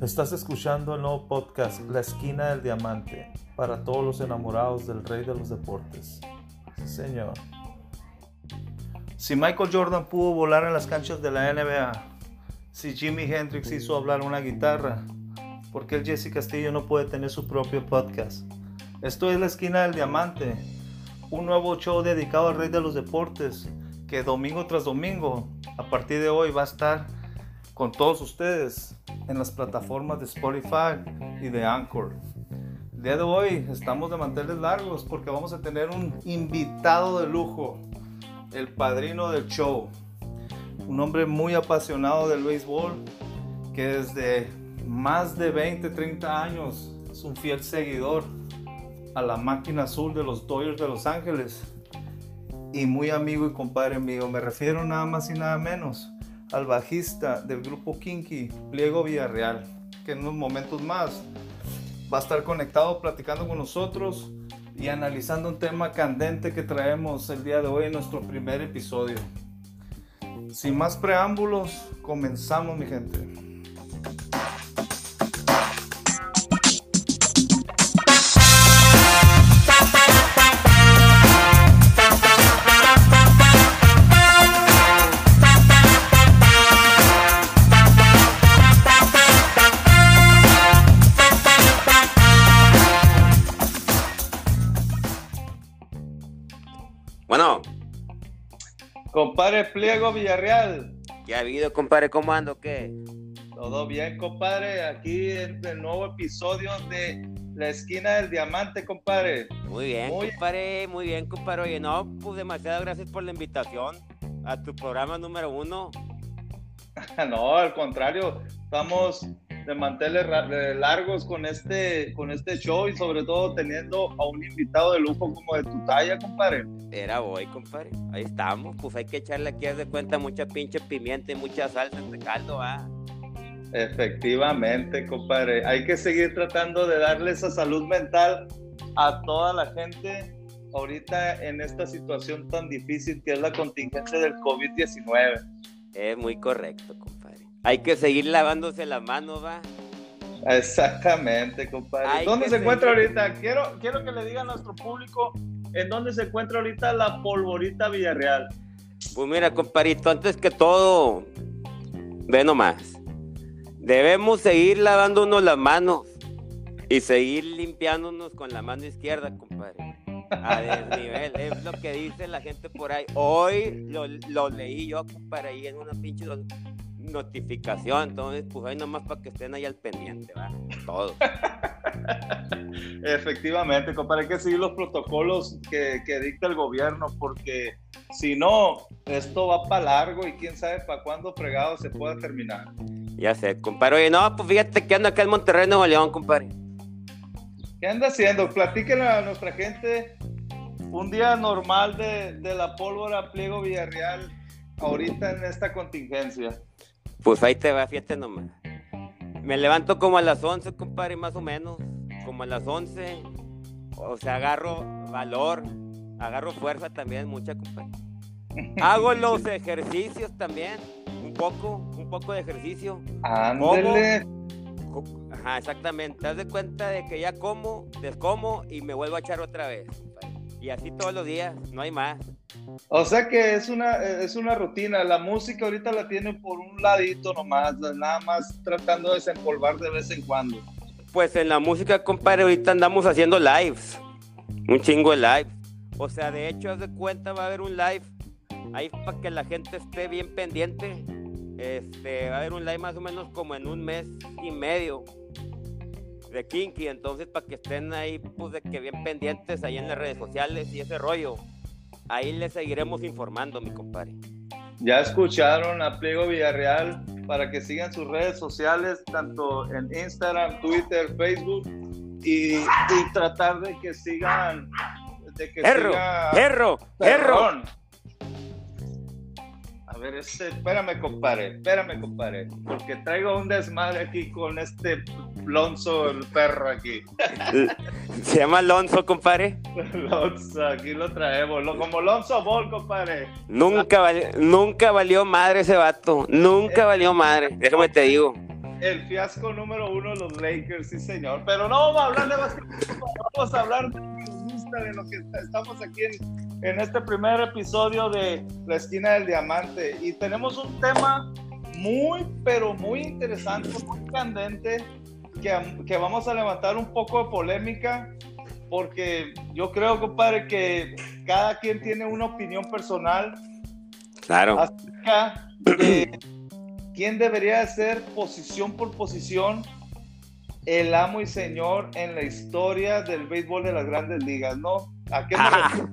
Estás escuchando el nuevo podcast La Esquina del Diamante para todos los enamorados del rey de los deportes. Sí, señor. Si Michael Jordan pudo volar en las canchas de la NBA, si Jimi Hendrix hizo hablar una guitarra, ¿por qué el Jesse Castillo no puede tener su propio podcast? Esto es La Esquina del Diamante, un nuevo show dedicado al rey de los deportes que domingo tras domingo, a partir de hoy, va a estar con todos ustedes en las plataformas de Spotify y de Anchor. El día de hoy estamos de manteles largos porque vamos a tener un invitado de lujo, el padrino del show, un hombre muy apasionado del béisbol que desde más de 20-30 años es un fiel seguidor a la máquina azul de los Dodgers de Los Ángeles y muy amigo y compadre mío. Me refiero nada más y nada menos al bajista del grupo Kinky, Pliego Villarreal, que en unos momentos más va a estar conectado platicando con nosotros y analizando un tema candente que traemos el día de hoy en nuestro primer episodio. Sin más preámbulos, comenzamos, mi gente. Bueno. Compadre Pliego Villarreal. ¿Qué ha habido, compadre? ¿Cómo ando? ¿Qué? Todo bien, compadre. Aquí en el nuevo episodio de La Esquina del Diamante, compadre. Muy bien, compadre. Muy bien, compadre. Oye, no, pues demasiadas gracias por la invitación a tu programa número 1. No, al contrario. Estamos de manteles largos con este show y sobre todo teniendo a un invitado de lujo como de tu talla, compadre. Era hoy, compadre. Ahí estamos. Pues hay que echarle aquí, haz de cuenta, mucha pinche pimienta y mucha salsa de caldo, ¿ah? Efectivamente, compadre. Hay que seguir tratando de darle esa salud mental a toda la gente ahorita en esta situación tan difícil que es la contingencia del COVID-19. Es muy correcto, compadre. Hay que seguir lavándose las manos, ¿va? Exactamente, compadre. ¿Dónde se encuentra ahorita? Quiero que le diga a nuestro público en dónde se encuentra ahorita la Polvorita Villarreal. Pues mira, compadrito, antes que todo, ve nomás. Debemos seguir lavándonos las manos y seguir limpiándonos con la mano izquierda, compadre. A desnivel, es lo que dice la gente por ahí. Hoy lo leí yo, compadre, ahí en una pinche notificación. Entonces, pues ahí nomás para que estén ahí al pendiente, ¿va? Todo. Efectivamente, compadre, hay que seguir los protocolos que dicta el gobierno, porque si no, esto va para largo y quién sabe para cuándo fregado se pueda terminar. Ya sé, compadre. Oye, no, pues fíjate que ando acá en Monterrey, Nuevo León, compadre. ¿Qué anda haciendo? Platíquenle a nuestra gente un día normal de la pólvora Pliego Villarreal ahorita en esta contingencia. Pues ahí te va, fíjate nomás. Me levanto como a las 11, compadre, más o menos. Como a las 11. O sea, agarro valor, agarro fuerza también, mucha, compadre. Hago los ejercicios también, un poco de ejercicio. Ándele. Ajá, exactamente. Te das de cuenta de que ya como, descomo y me vuelvo a echar otra vez, compadre. Y así todos los días, no hay más. O sea que es una rutina. La música ahorita la tiene por un ladito nomás, nada más tratando de desempolvar de vez en cuando. Pues en la música, compadre, ahorita andamos haciendo lives, un chingo de lives. O sea, de hecho, haz de cuenta, va a haber un live ahí para que la gente esté bien pendiente. Va a haber un live más o menos como en un mes y medio de Kinky, entonces para que estén ahí, pues de que bien pendientes ahí en las redes sociales y ese rollo. Ahí les seguiremos informando, mi compadre. Ya escucharon a Pliego Villarreal, para que sigan sus redes sociales, tanto en Instagram, Twitter, Facebook, y tratar de que sigan, ¡Perro! A ver, espérame, compadre, porque traigo un desmadre aquí con este Lonzo, el perro aquí. ¿Se llama Lonzo, compadre? Lonzo, aquí lo traemos, como Lonzo Ball, compadre. Nunca valió madre ese vato, nunca valió madre, déjame te digo. el fiasco número 1 de los Lakers, sí señor. Pero no vamos a hablar de básquetbol, vamos a hablar de lo que nos gusta, de lo que estamos aquí en este primer episodio de La Esquina del Diamante. Y tenemos un tema muy, pero muy interesante, muy candente, que vamos a levantar un poco de polémica, porque yo creo, compadre, que cada quien tiene una opinión personal. Claro. Acerca de quién debería ser posición por posición el amo y señor en la historia del béisbol de las Grandes Ligas, ¿no? ¿A qué me refiero?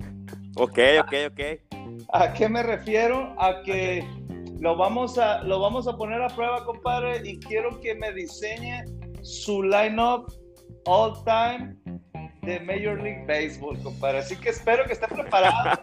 Ok. ¿A qué me refiero? A que lo vamos a poner a prueba, compadre, y quiero que me diseñe su lineup all time de Major League Baseball, compadre. Así que espero que esté preparado.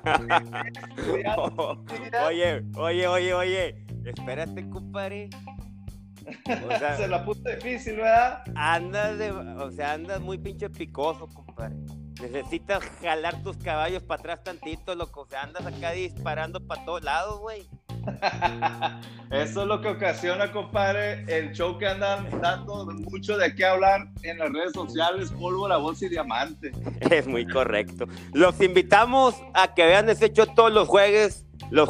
Oye. Espérate, compadre. O sea, se la puse difícil, ¿verdad? Andas muy pinche picoso, compadre. Necesitas jalar tus caballos para atrás tantito, loco. O sea, andas acá disparando para todos lados, güey. Eso es lo que ocasiona, compadre, el show que andan dando mucho de qué hablar en las redes sociales, Pólvora, Voz y Diamante. Es muy correcto. Los invitamos a que vean ese show todos los jueves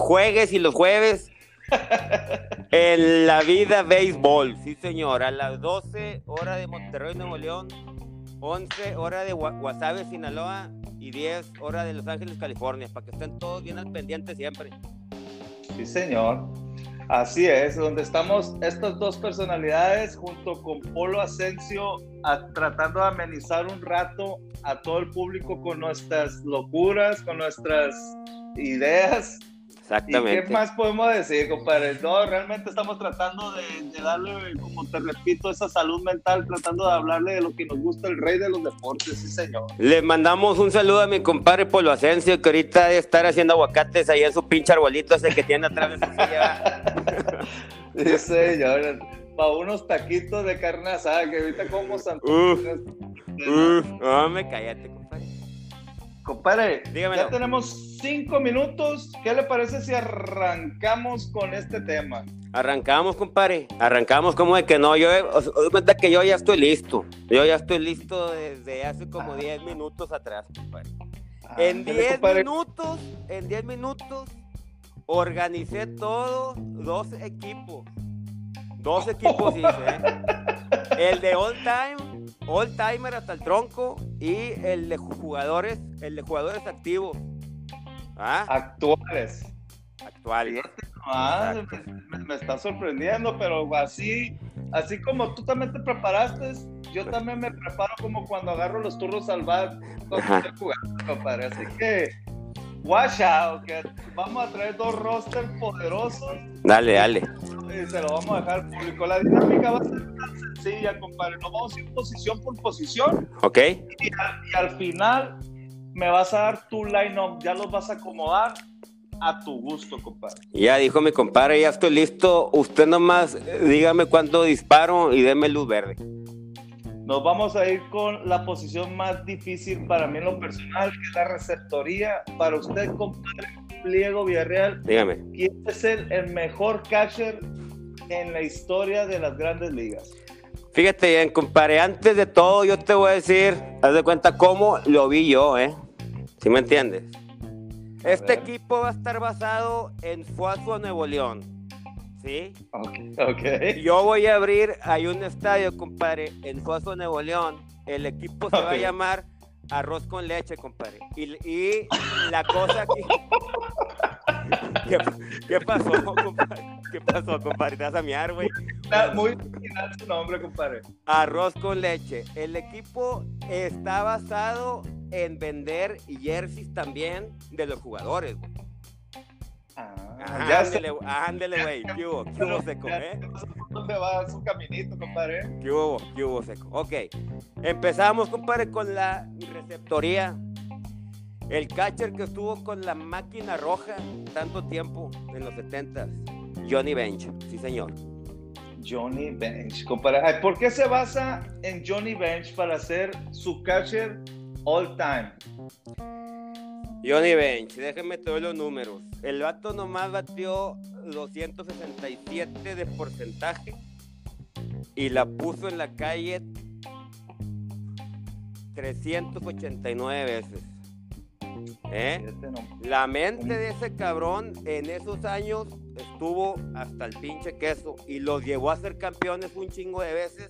en La Vida Béisbol. Sí, señor, a las 12 horas de Monterrey, Nuevo León, 11 horas de Guasave, Sinaloa y 10 horas de Los Ángeles, California, para que estén todos bien al pendiente siempre. Sí, señor. Así es, donde estamos estas dos personalidades junto con Polo Asensio tratando de amenizar un rato a todo el público con nuestras locuras, con nuestras ideas. Exactamente. ¿Y qué más podemos decir, compadre? No, realmente estamos tratando de darle, como te repito, esa salud mental, tratando de hablarle de lo que nos gusta, el rey de los deportes, sí señor. Les mandamos un saludo a mi compadre Polo Asensio, que ahorita debe estar haciendo aguacates ahí en su pinche arbolito ese que tiene atrás de su silla. Sí señor, para unos taquitos de carne asada, que ahorita como Hombre, cállate, compadre. Compadre, dígamelo. Ya tenemos 5 minutos. ¿Qué le parece si arrancamos con este tema? Arrancamos, compadre. Arrancamos como de que no. Os cuenta que yo ya estoy listo. Yo ya estoy listo desde hace como 10 minutos atrás, compadre. En 10 minutos organicé todo, 2 equipos. 2 equipos hice, El de all timer hasta el tronco, y el de jugadores activos. Actuales. Me está sorprendiendo, pero así como tú también te preparaste, yo también me preparo como cuando agarro los turnos al bat cuando estoy jugando, compadre. Así que watch out, que vamos a traer 2 rosters poderosos. Dale. Y se lo vamos a dejar público. La dinámica va a ser tan sencilla, compadre. Nos vamos a ir posición por posición. Ok. Y al final me vas a dar tu line-up. Ya los vas a acomodar a tu gusto, compadre. Ya dijo mi compadre, ya estoy listo. Usted nomás dígame cuándo disparo y déme luz verde. Nos vamos a ir con la posición más difícil para mí en lo personal, que es la receptoría. Para usted, compadre Pliego Villarreal, dígame. ¿Quién es el mejor catcher en la historia de las Grandes Ligas? Fíjate bien, compadre, antes de todo yo te voy a decir, haz de cuenta cómo lo vi yo, ¿sí me entiendes? Este equipo va a estar basado en Fuazua, Nuevo León, ¿sí? Ok. Yo voy a abrir ahí un estadio, compadre, en Fuazua, Nuevo León. El equipo se va a llamar Arroz con Leche, compadre. Y la cosa aquí... ¿Qué pasó, compadre? ¿Qué pasó, compadre? Te vas a miar, güey. Muy original su nombre, compadre. Arroz con Leche. El equipo está basado en vender jerseys también de los jugadores, güey. Ándele, güey. ¿Qué hubo, seco, ¿Dónde va su caminito, compadre? ¿Qué hubo, seco? Ok. Empezamos, compadre, con la receptoría. El catcher que estuvo con la máquina roja tanto tiempo en los 70s, Johnny Bench, sí señor. Johnny Bench, compadre. ¿Por qué se basa en Johnny Bench para ser su catcher all time? Johnny Bench, déjenme todos los números. El vato nomás batió 267 de porcentaje y la puso en la calle 389 veces. La mente de ese cabrón en esos años estuvo hasta el pinche queso y los llevó a ser campeones un chingo de veces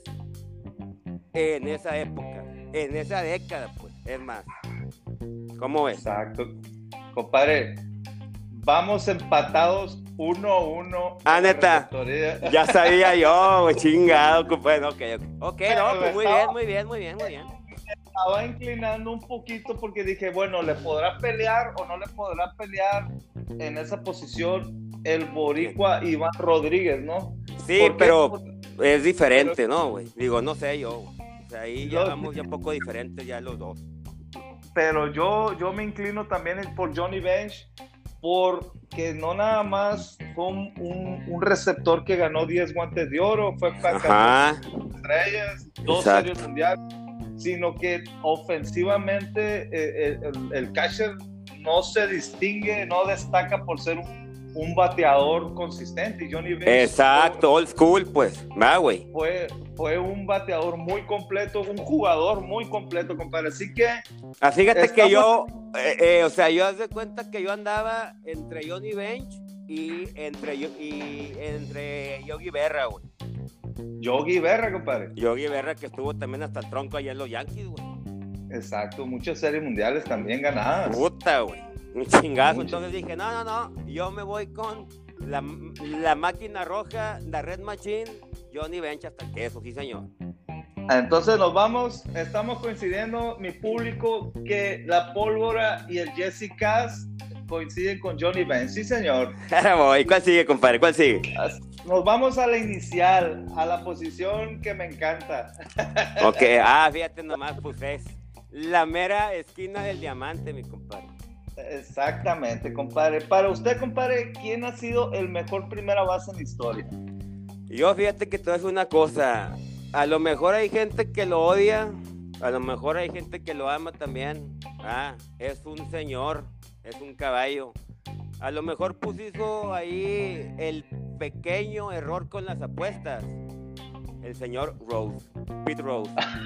en esa época, en esa década, pues, es más. ¿Cómo ves? Exacto. Compadre, vamos empatados 1-1. Neta, ya sabía yo, chingado, compadre. Ok, no, pues muy bien. Estaba inclinando un poquito porque dije, bueno, ¿le podrá pelear o no le podrá pelear en esa posición el boricua Iván Rodríguez, ¿no? Sí, pero es diferente, ¿no, güey? Digo, no sé yo, güey. O sea, ahí ya vamos ya un poco diferentes ya los dos. Pero yo me inclino también por Johnny Bench, porque no nada más fue un receptor que ganó 10 guantes de oro, fue para estrellas, 2 series mundiales, sino que ofensivamente el catcher no se distingue, no destaca por ser un bateador consistente. Y Johnny Bench, exacto, old school, pues, güey. Fue un bateador muy completo, un jugador muy completo, compadre. Así que... Fíjate que yo, o sea, yo haz de cuenta que yo andaba entre Johnny Bench y entre Yogi Berra, güey. Yogi Berra, compadre. Yogi Berra, que estuvo también hasta el tronco allá en los Yankees, güey. Exacto, muchas series mundiales también ganadas. Puta, güey. Un chingazo. Entonces dije, no, yo me voy con la máquina roja, la Red Machine, Johnny Bench hasta el queso, sí señor. Entonces estamos coincidiendo, mi público, que la pólvora y el Jesse Cass coinciden con Johnny Bench, sí señor. ¿Y cuál sigue, compadre? ¿Cuál sigue? Nos vamos a la inicial, a la posición que me encanta. Ok, fíjate nomás, pues es la mera esquina del diamante, mi compadre. Exactamente, compadre. Para usted, compadre, ¿quién ha sido el mejor primera base en la historia? Yo fíjate que te voy a decir una cosa. A lo mejor hay gente que lo odia, a lo mejor hay gente que lo ama también. Es un señor, es un caballo. A lo mejor hizo ahí el pequeño error con las apuestas. El señor Rose, Pete Rose.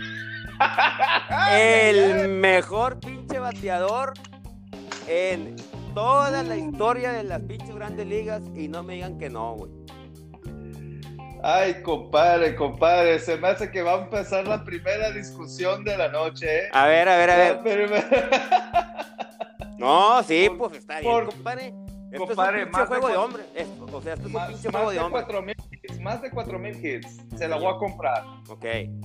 El mejor pinche bateador en toda la historia de las pinches grandes ligas, y no me digan que no, güey. Ay, compadre, se me hace que va a empezar la primera discusión de la noche, ¿eh? A ver. No, sí, pues está bien, compadre. Esto es un pinche juego de hombres. O sea, esto es un pinche juego de hombres. Más de 4,000 hits. Se la voy a comprar. Ok.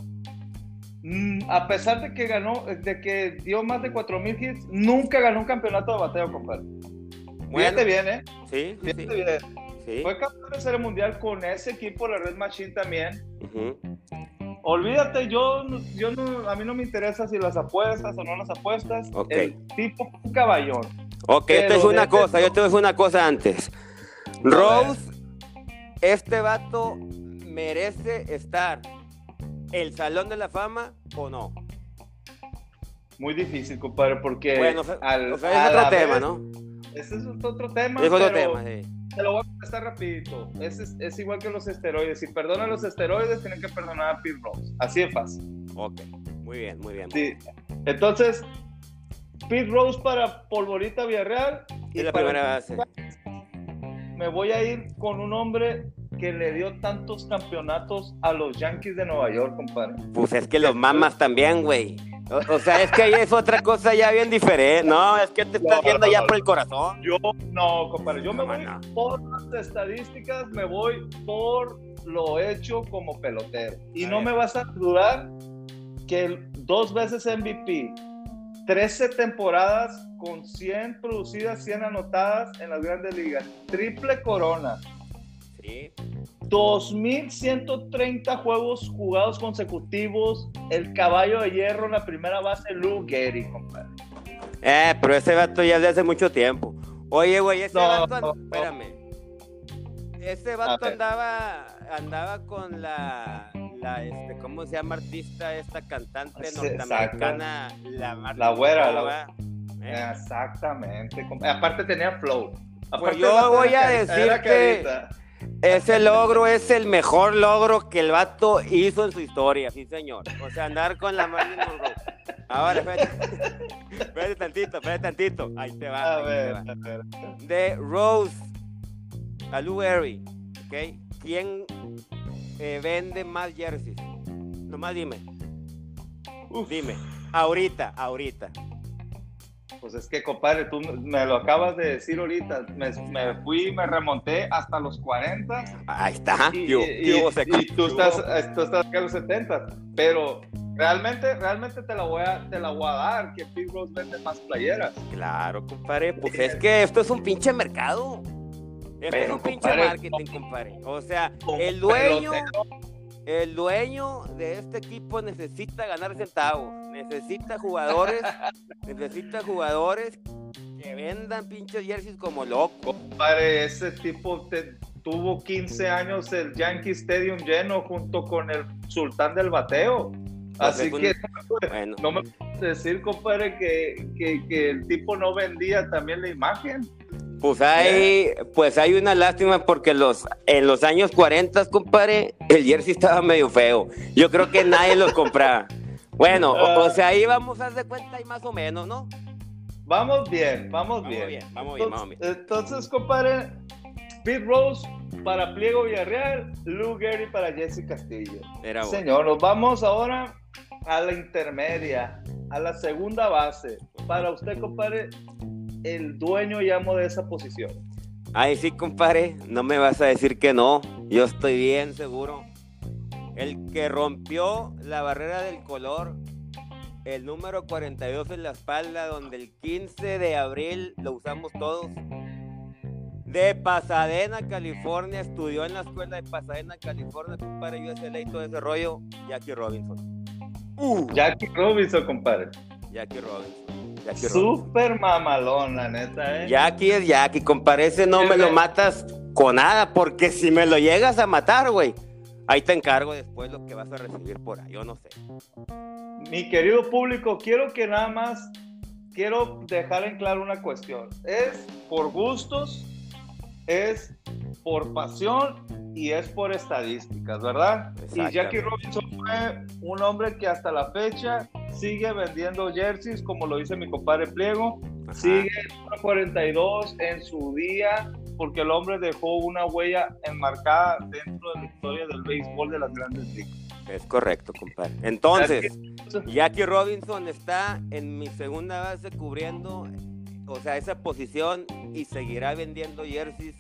A pesar de que dio más de 4,000 hits, nunca ganó un campeonato de bateo, compadre. Fíjate bien, ¿eh? Sí. Bien. Sí. Fue campeón de serie mundial con ese equipo, la Red Machine también. Olvídate, a mí no me interesa si las apuestas o no las apuestas. Okay. El tipo un caballón. Ok, yo te voy a decir una cosa antes. Rose, este vato merece estar el Salón de la Fama o no. Muy difícil, compadre, porque bueno, es otro tema, ¿no? Ese es otro tema. Es otro tema, sí. Te lo voy a contestar rapidito. Es igual que los esteroides. Si perdonan los esteroides, tienen que perdonar a Pete Rose. Así de fácil. Ok, muy bien. Sí. Entonces, Pete Rose para Polvorita Villarreal. Y la primera base. Me voy a ir con un hombre que le dio tantos campeonatos a los Yankees de Nueva York, compadre. Pues es que los mamas también, güey. O sea, es que ahí es otra cosa ya bien diferente. No, es que te estás yendo ya por el corazón. No, compadre. Yo me voy por las estadísticas, me voy por lo hecho como pelotero. Y no me vas a dudar que 2 veces MVP, 13 temporadas con 100 producidas, 100 anotadas en las grandes ligas, triple corona. Sí. 2,130 juegos jugados consecutivos, el caballo de hierro en la primera base, Lou Gehrig, compadre. Pero ese vato ya es de hace mucho tiempo. Oye, güey, espérame. Ese vato andaba con la ¿cómo se llama? Artista, esta cantante norteamericana, la güera. Exactamente. Aparte tenía flow. Pues yo voy a decir Ese logro es el mejor logro que el vato hizo en su historia, sí señor. O sea, andar con la Marilyn Monroe. Ahora, espérate tantito. Ahí te va. A ver. De Rose a Lou Gehrig, ¿ok? ¿Quién vende más jerseys? Nomás dime. Dime. Ahorita. Pues es que, compadre, tú me lo acabas de decir ahorita. Me remonté hasta los 40. Ahí está. Y tú estás acá en los 70. Pero realmente te la voy a dar, que Pete Rose vende más playeras. Claro, compadre. Pues es que esto es un pinche mercado. Esto es un pinche marketing, compadre. O sea, el dueño de este equipo necesita ganar centavos. Necesita jugadores que vendan pinches jerseys como locos. Compadre, ese tipo tuvo 15 años el Yankee Stadium lleno junto con el sultán del bateo. Así que bueno, no me puedes decir, compadre, que el tipo no vendía también la imagen. Pues hay una lástima porque en los años 40, compadre, el jersey estaba medio feo. Yo creo que nadie los compraba. Bueno, o sea, ahí vamos a dar cuenta y más o menos, ¿no? Vamos bien. Entonces, compadre, Pete Rose para Pliego Villarreal, Lou Gehrig para Jesse Castillo. Señor, nos vamos ahora a la intermedia, a la segunda base. Para usted, compadre, el dueño y amo de esa posición. Ay, sí, compadre, no me vas a decir que no. Yo estoy bien seguro. El que rompió la barrera del color, el número 42 en la espalda, donde el 15 de abril lo usamos todos. De Pasadena, California, estudió en la escuela de Pasadena, California, compadre, USLA y todo ese rollo, Jackie Robinson. Jackie Robinson, compadre. Jackie Robinson. Súper mamalón, la neta, Jackie es Jackie, compadre, ese no me lo matas con nada, porque si me lo llegas a matar, güey, ahí te encargo después lo que vas a recibir por ahí, yo no sé. Mi querido público, quiero dejar en claro una cuestión. Es por gustos, es por pasión y es por estadísticas, ¿verdad? Y Jackie Robinson fue un hombre que hasta la fecha sigue vendiendo jerseys, como lo dice mi compadre Pliego. Ajá. Sigue el 42 en su día, porque el hombre dejó una huella enmarcada dentro de la historia del béisbol de las Grandes Ligas. Es correcto, compadre. Entonces, Jackie Robinson está en mi segunda base cubriendo, o sea, esa posición, y seguirá vendiendo jerseys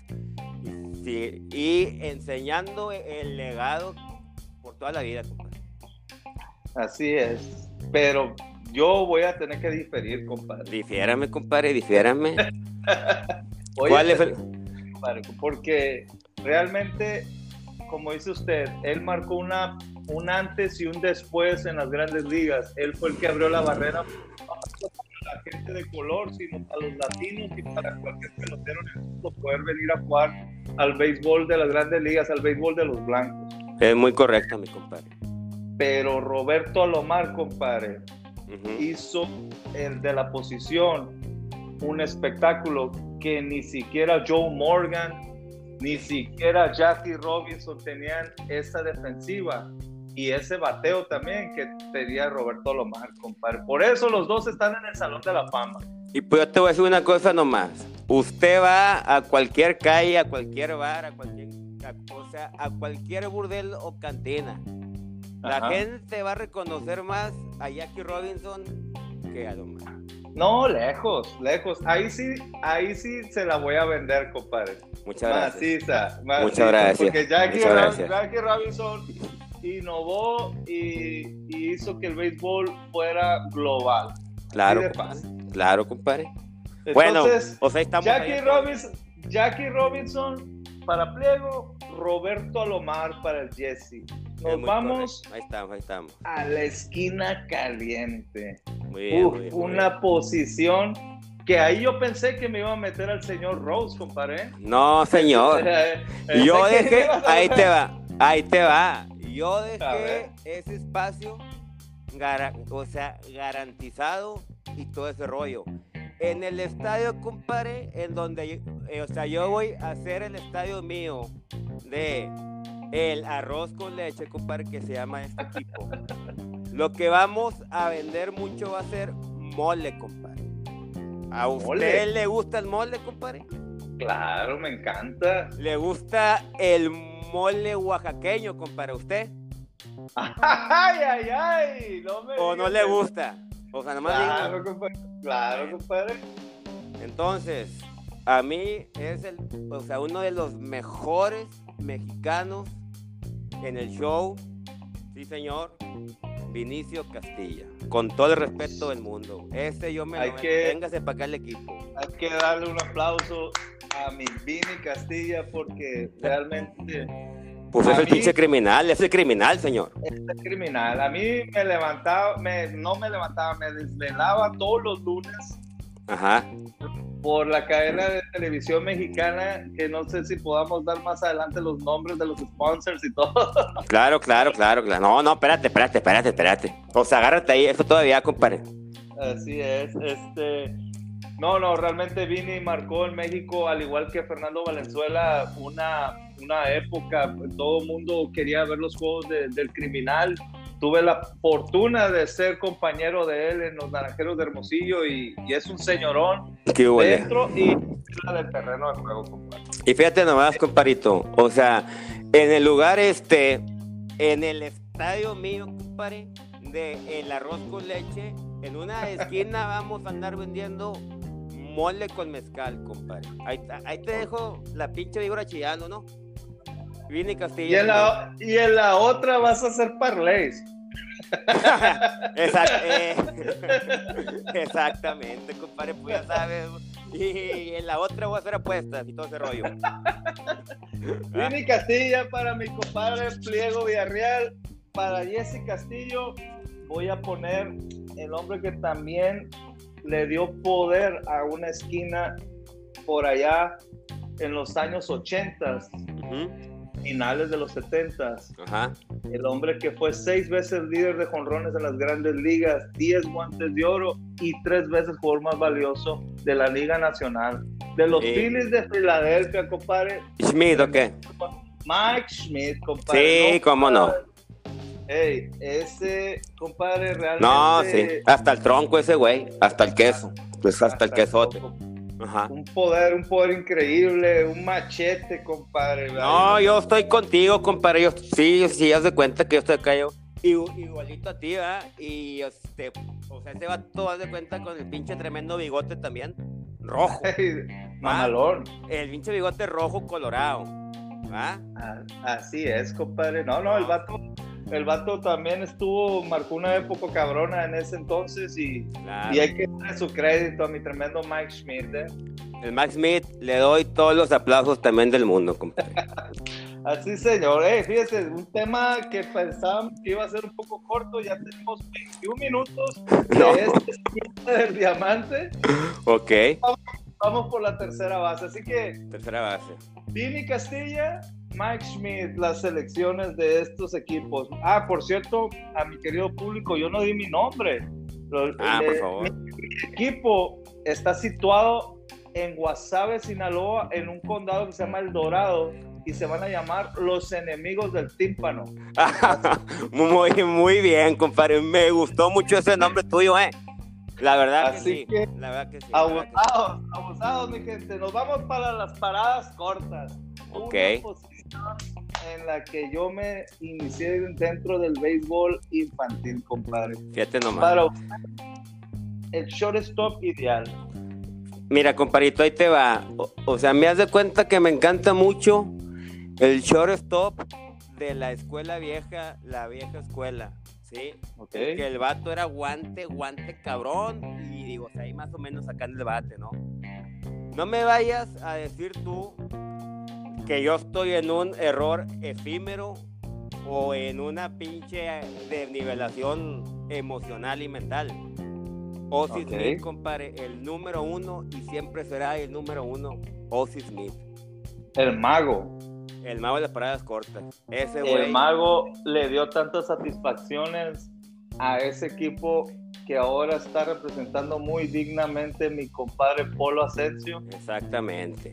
y enseñando el legado por toda la vida, compadre. Así es, pero yo voy a tener que diferir, compadre. Difiérame, compadre, difiérame. ¿Cuál es el...? Compadre, porque realmente, como dice usted, él marcó un antes y un después en las Grandes Ligas. Él fue el que abrió la barrera no para la gente de color, sino para los latinos y para cualquier pelotero en el mundo poder venir a jugar al béisbol de las Grandes Ligas, al béisbol de los blancos. Es muy correcto, mi compadre. Pero Roberto Alomar, compadre, hizo el de la posición un espectáculo que ni siquiera Joe Morgan, ni siquiera Jackie Robinson tenían esa defensiva y ese bateo también que tenía Roberto Alomar, compadre. Por eso los dos están en el Salón de la Fama. Y pues yo te voy a decir una cosa nomás. Usted va a cualquier calle, a cualquier bar, a cualquier burdel o cantina. La gente va a reconocer más a Jackie Robinson que a Alomar. No, lejos. Ahí sí se la voy a vender, compadre. Muchas gracias. Maciza, muchas gracias. Porque Jackie Robinson innovó y hizo que el béisbol fuera global. Claro, compadre. Entonces, bueno, o sea, estamos Jackie Robinson para Pliego, Roberto Alomar para el Jesse. Nos vamos ahí estamos. A la esquina caliente. Muy bien, una posición que ahí yo pensé que me iba a meter al señor Rose, compadre. No, señor. Yo dejé, ahí te va. Yo dejé ese espacio, garantizado y todo ese rollo. En el estadio, compadre, en donde yo voy a hacer el estadio mío de el arroz con leche, compadre, que se llama este equipo. Lo que vamos a vender mucho va a ser mole, compadre. ¿A usted le gusta el mole, compadre? Claro, me encanta. ¿Le gusta el mole oaxaqueño, compadre, a usted? Ay, ¿O no le gusta? O sea, nomás claro, compadre. Claro, compadre. Entonces, a mí es uno de los mejores mexicanos en el show. Sí, señor. Vinicio Castilla. Con todo el respeto del mundo. Yo me lo... Véngase para acá el equipo. Hay que darle un aplauso a mi Vini Castilla porque realmente... Pues es el pinche criminal, es el criminal, señor. Es el criminal. A mí me levantaba, me desvelaba todos los lunes. Ajá. Por la cadena de televisión mexicana, que no sé si podamos dar más adelante los nombres de los sponsors y todo. Claro. No, espérate. O sea, agárrate ahí, eso todavía, compadre. Así es, No, realmente Vini marcó en México, al igual que Fernando Valenzuela, una época. Todo el mundo quería ver los juegos del criminal. Tuve la fortuna de ser compañero de él en los Naranjeros de Hermosillo y es un señorón. Qué huele. Dentro y fuera del terreno de juego, compadre. Y fíjate nomás, compadrito, o sea, en el lugar en el estadio mío, compadre, de el arroz con leche, en una esquina vamos a andar vendiendo mole con mezcal, compadre. Ahí te dejo la pinche víbora chillando, ¿no? Vini Castilla. Y en la otra vas a hacer parlays. Exactamente, compadre, pues ya sabes. Y en la otra voy a hacer apuestas y todo ese rollo. Vini Castilla para mi compadre Pliego Villarreal. Para Jesse Castillo voy a poner el hombre que también le dio poder a una esquina por allá en los años 80, finales de los 70. Ajá. El hombre que fue 6 veces líder de jonrones en las grandes ligas, 10 guantes de oro y 3 veces jugador más valioso de la Liga Nacional. De los Phillies de Filadelfia, compadre. ¿Schmidt o qué? Mike Schmidt, compadre. Sí, cómo no. Ey, ese compadre realmente... No, sí, hasta el tronco ese güey, hasta el queso, pues hasta el quesote. Ajá. Un poder increíble, un machete, compadre. No, yo estoy contigo, compadre. Sí, haz de cuenta que yo estoy acá, igualito a ti, ¿verdad? Y o sea, ese vato, haz de cuenta con el pinche tremendo bigote también, rojo. Mamalón. El pinche bigote rojo colorado, ¿verdad? Así es, compadre. No, el vato también marcó una época cabrona en ese entonces y hay que darle su crédito a mi tremendo Mike Schmidt. El Mike Schmidt, le doy todos los aplausos también del mundo, compadre. Así, señor. Fíjese, un tema que pensábamos que iba a ser un poco corto, ya tenemos 21 minutos de este esquina del diamante. Ok. Vamos por la tercera base, así que... Tercera base. Vini Castilla, Mike Schmidt, las selecciones de estos equipos. Por cierto, a mi querido público, yo no di mi nombre. Por favor. Mi equipo está situado en Guasave, Sinaloa, en un condado que se llama El Dorado, y se van a llamar Los Enemigos del Tímpano. Muy bien, compadre. Me gustó mucho ese nombre tuyo, La verdad Así que sí. La verdad que sí. Abusados, mi gente. Nos vamos para las paradas cortas. Ok. Una posición en la que yo me inicié dentro del béisbol infantil, compadre. Fíjate nomás. Para el shortstop ideal. Mira, compadrito, ahí te va. O sea, me has de cuenta que me encanta mucho el shortstop de la escuela vieja, la vieja escuela, ¿sí? Okay. Que el vato era guante cabrón, y digo, o sea, ahí más o menos sacando el bate, ¿no? No me vayas a decir tú que yo estoy en un error efímero o en una pinche desnivelación emocional y mental. Ozzie Smith, compadre, el número 1 y siempre será el número 1, Ozzie Smith. El mago. El mago de las paradas cortas. Ese güey. El mago le dio tantas satisfacciones a ese equipo que ahora está representando muy dignamente mi compadre Polo Asensio. Exactamente.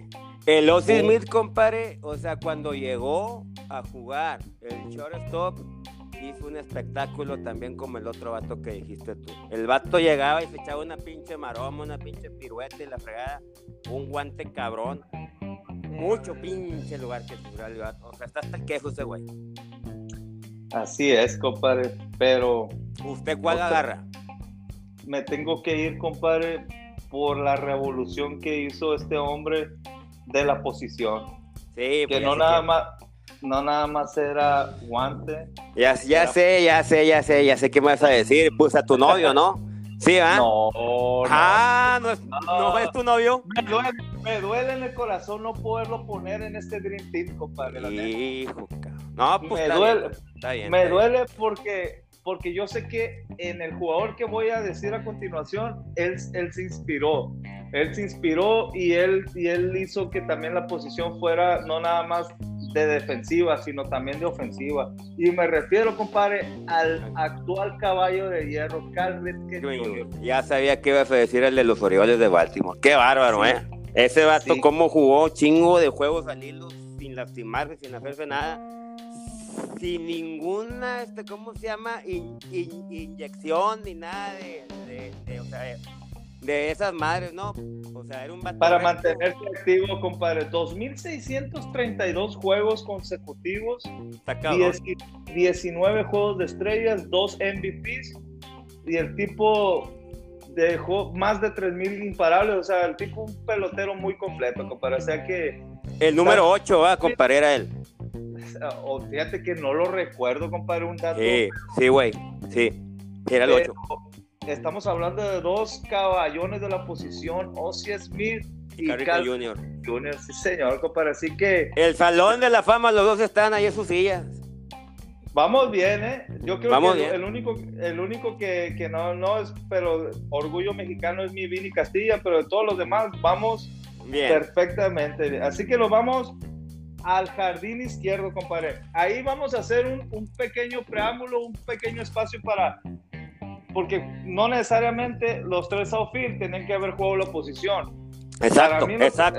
El Ozzie Smith, compadre, o sea, cuando llegó a jugar el shortstop, hizo un espectáculo también como el otro vato que dijiste tú. El vato llegaba y se echaba una pinche maroma, una pinche pirueta y la fregada, un guante cabrón. Mucho pinche lugar que figura el vato. O sea, está hasta el queso ese güey. Así es, compadre, pero... ¿Usted cuál agarra? Me tengo que ir, compadre, por la revolución que hizo este hombre de la posición. Sí, que no nada más era guante. Ya sé qué me vas a decir. Pues a tu novio, ¿no? Sí, ¿ah? No. ¿No es tu novio? Me duele en el corazón no poderlo poner en este Dream Team, compadre. Hijo, cabrón. No, pues está bien. Me duele porque yo sé que en el jugador que voy a decir a continuación, él se inspiró. Él se inspiró y él hizo que también la posición fuera no nada más de defensiva, sino también de ofensiva. Y me refiero, compadre, al actual caballo de hierro, Cal Ripken Jr. Ya sabía que ibas a decir el de los Orioles de Baltimore. Qué bárbaro, sí. Ese vato, sí. Cómo jugó chingo de juegos al hilo, sin lastimarse, sin hacerse nada, sin ninguna, ¿cómo se llama? Inyección ni nada de esas madres, ¿no? O sea, era un vato para mantenerse activo, compadre. 2,632 juegos consecutivos, 19 juegos de estrellas, 2 MVPs, y el tipo dejó más de 3,000 imparables. O sea, el tipo un pelotero muy completo, compadre. O sea que... El número 8, compadre, era él. O fíjate que no lo recuerdo, compadre, un dato. Sí, güey. Sí, era el 8. Estamos hablando de dos caballones de la posición, Ozzie Smith y Cal Jr. Sí, señor, compadre. Así que... El Salón de la Fama, los dos están ahí en sus sillas. Vamos bien, ¿eh? Yo creo vamos que bien. el único que no es, pero orgullo mexicano es mi Vini Castilla, pero de todos los demás vamos bien. Perfectamente. Así que lo vamos al jardín izquierdo, compadre. Ahí vamos a hacer un pequeño preámbulo, un pequeño espacio porque no necesariamente los tres outfield tienen que haber jugado la posición. Exacto.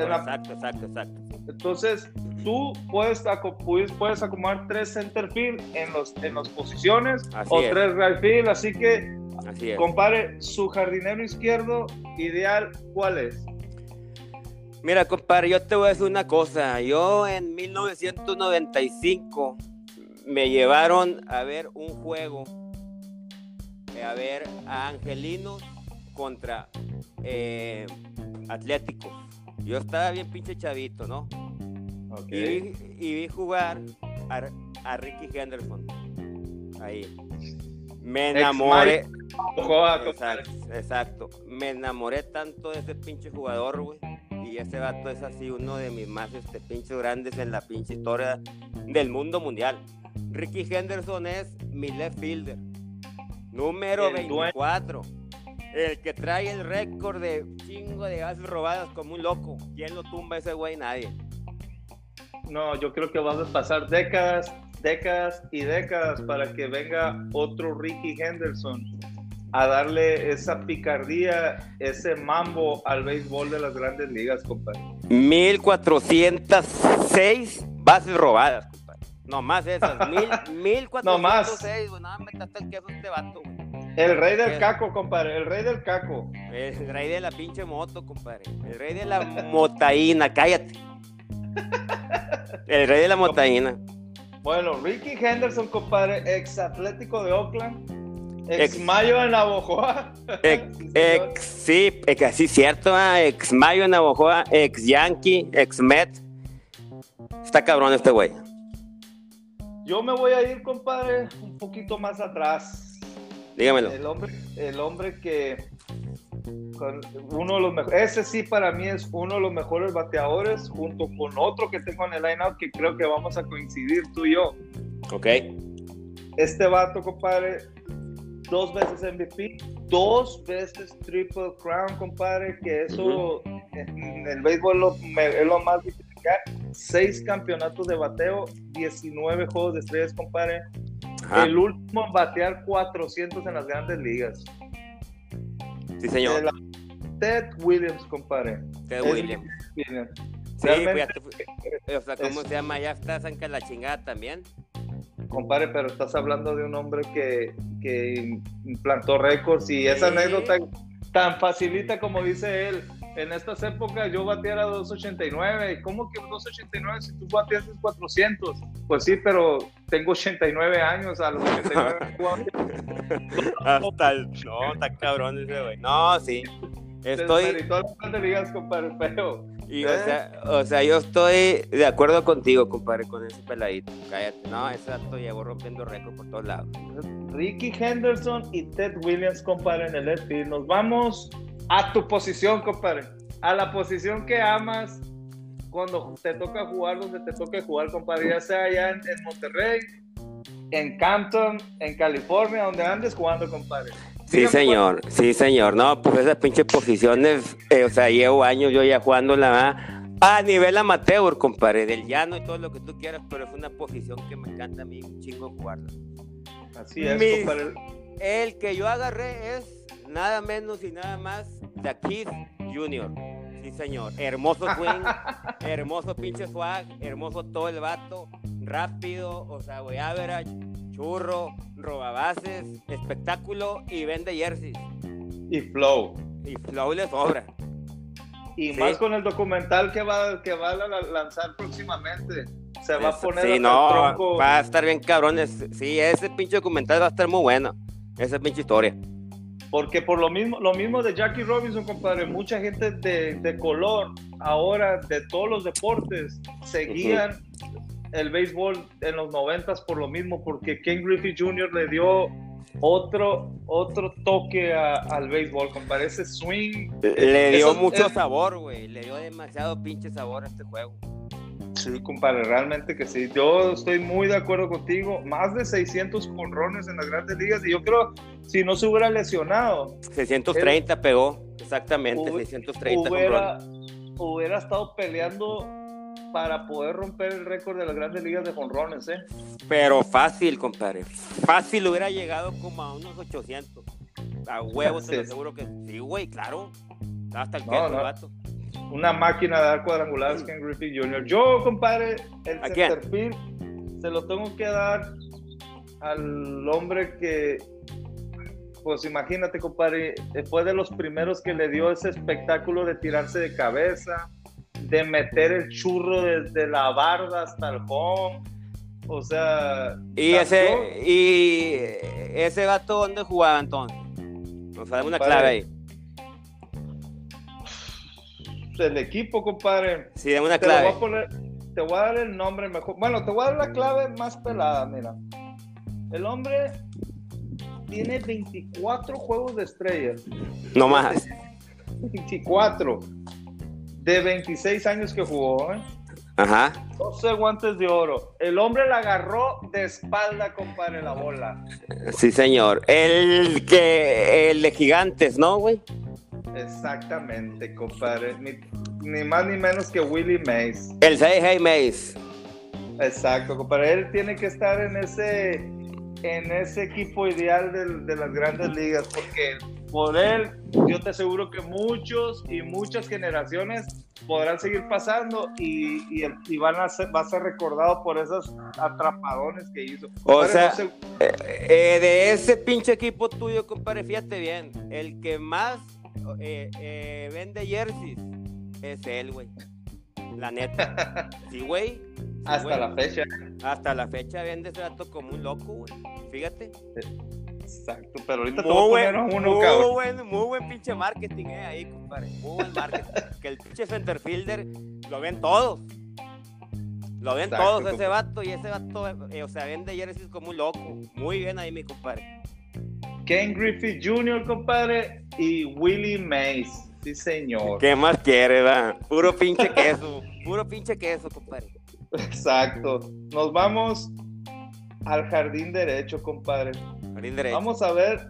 Entonces, tú puedes acomodar 3 center field en las posiciones, así o es. 3 right field, así que, compadre, su jardinero izquierdo ideal, ¿cuál es? Mira, compadre, yo te voy a decir una cosa. Yo en 1995 me llevaron a ver un juego, a ver a Angelinos contra Atlético. Yo estaba bien pinche chavito, ¿no? Okay. Y vi jugar a Ricky Henderson ahí. Me enamoré. Exacto. Me enamoré tanto de ese pinche jugador, güey. Y ese vato es así uno de mis más pinches grandes en la pinche historia del mundo mundial. Ricky Henderson es mi left fielder, número 24. El que trae el récord de chingo de bases robadas como un loco. ¿Quién lo tumba ese güey? Nadie. No, yo creo que van a pasar décadas y décadas para que venga otro Ricky Henderson a darle esa picardía, ese mambo al béisbol de las grandes ligas, compadre. 1406 bases robadas, compadre. No más esas, 1406, no más. Güey, no, metaste el queso este vato, güey. El rey del caco, compadre, el rey del caco. El rey de la pinche moto, compadre. El rey de la motaína, cállate. El rey de la motaína. Bueno, Ricky Henderson, compadre, ex Atlético de Oakland, ex Mayo en Navojoa. Sí, cierto, ex Mayo en Navojoa, ex Yankee, ex Met. Está cabrón este güey. Yo me voy a ir, compadre, un poquito más atrás. Dígamelo. El hombre que uno de los mejores, ese sí para mí es uno de los mejores bateadores, junto con otro que tengo en el line-up que creo que vamos a coincidir tú y yo. Ok. Este vato, compadre, 2 veces MVP, 2 veces Triple Crown, compadre, que eso en el béisbol es lo más difícil. 6 campeonatos de bateo, 19 juegos de estrellas, compadre. Ajá. El último en batear 400 en las grandes ligas. Sí, señor. Ted Williams, compadre. Ted Williams. Sí, Realmente, fíjate, o sea, ¿cómo se llama? Ya estás en que la chingada también. compadre, pero estás hablando de un hombre que implantó récords y esa Sí. anécdota tan facilita como dice él. En estas épocas yo bateara 289. ¿Cómo que 289 si tú bateaste 400? Pues sí, pero tengo 89 años. A los 89 Hasta el... No, está cabrón ese güey. No, sí. Estoy... desmeritó las grandes ligas, compadre, pero... Y, o sea, yo estoy de acuerdo contigo, compadre, con ese peladito. Cállate. No, ese dato llegó rompiendo récord por todos lados. Ricky Henderson y Ted Williams, compadre, en el left field. Nos vamos a tu posición, compadre. A la posición que amas cuando te toca jugar donde te toca jugar, compadre. Ya sea allá en Monterrey, en Campton, en California, donde andes jugando, compadre. Sí, Dígame, señor. Sí, señor. No, pues esas pinches posiciones, o sea, llevo años yo ya jugándola a nivel amateur, compadre, del llano y todo lo que tú quieras, pero es una posición que me encanta a mí un chingo jugarla. Así es, compadre. El que yo agarré es nada menos y nada más de Kid Jr. Sí, señor. Hermoso swing, hermoso pinche swag, hermoso todo el vato, rápido, o sea, güey, average, churro, robabases, espectáculo y vende jerseys. Y flow. Y flow le sobra. Y Sí. más con el documental que va a lanzar próximamente. Se va a poner Sí, hasta no, el tronco. va a estar bien cabrón. Sí, ese pinche documental va a estar muy bueno. Esa pinche historia. Porque por lo mismo de Jackie Robinson, compadre, mucha gente de color ahora de todos los deportes seguían el béisbol en los 90s por lo mismo, porque Ken Griffey Jr. le dio otro toque al béisbol, compadre, ese swing. Le dio Eso, mucho sabor, güey. Le dio demasiado pinche sabor a este juego. Sí, compadre, realmente que sí. Yo estoy muy de acuerdo contigo. Más de 600 jonrones en las grandes ligas y yo creo si no se hubiera lesionado 630 pegó, exactamente, 630 hubiera estado peleando para poder romper el récord de las grandes ligas de jonrones, ¿eh? Pero fácil, compadre. Fácil hubiera llegado como a unos 800. A huevos, te lo aseguro que sí, güey, claro. Hasta el queso, el vato. Una máquina de dar cuadrangulares, Ken Griffey Jr. Yo, compadre, el centerfield se lo tengo que dar al hombre que, pues imagínate, compadre, fue de los primeros que le dio ese espectáculo de tirarse de cabeza, de meter el churro desde la barda hasta el home. O sea... Y ese vato, ¿dónde jugaba entonces? Nos da una clave ahí. El equipo, compadre. Sí, dame una clave. Te voy a dar el nombre mejor. Bueno, te voy a dar la clave más pelada, mira. El hombre tiene 24 juegos de estrellas. No más. 24. De 26 años que jugó, ¿eh? Ajá. 12 guantes de oro. El hombre la agarró de espalda, compadre, la bola. Sí, señor. El de Gigantes, ¿no, güey? Exactamente, compadre. Ni más ni menos que Willie Mays. El Hey Mays. Exacto, compadre. Él tiene que estar en ese equipo ideal de las grandes ligas, porque por él, yo te aseguro que muchos y muchas generaciones podrán seguir pasando y va a ser recordado por esos atrapadones que hizo. O sea, de ese pinche equipo tuyo, compadre, fíjate bien, el que más vende jerseys es él, güey. La neta. Sí, güey. Sí, hasta la fecha. Hasta la fecha vende ese dato como un loco, güey. Fíjate. Exacto, pero ahorita te voy a poner uno, cabrón. Muy buen pinche marketing, ahí, compadre. Muy buen marketing. Que el pinche centerfielder lo ven todos. Lo ven Exacto, todos, ese vato. Y ese vato, o sea, vende jerseys como un loco. Muy bien ahí, mi compadre. Ken Griffey Jr., compadre, y Willie Mays. Sí, señor. ¿Qué más quiere, va? Puro pinche queso. Puro pinche queso, compadre. Exacto. Nos vamos al jardín derecho, compadre. Jardín derecho. Vamos a ver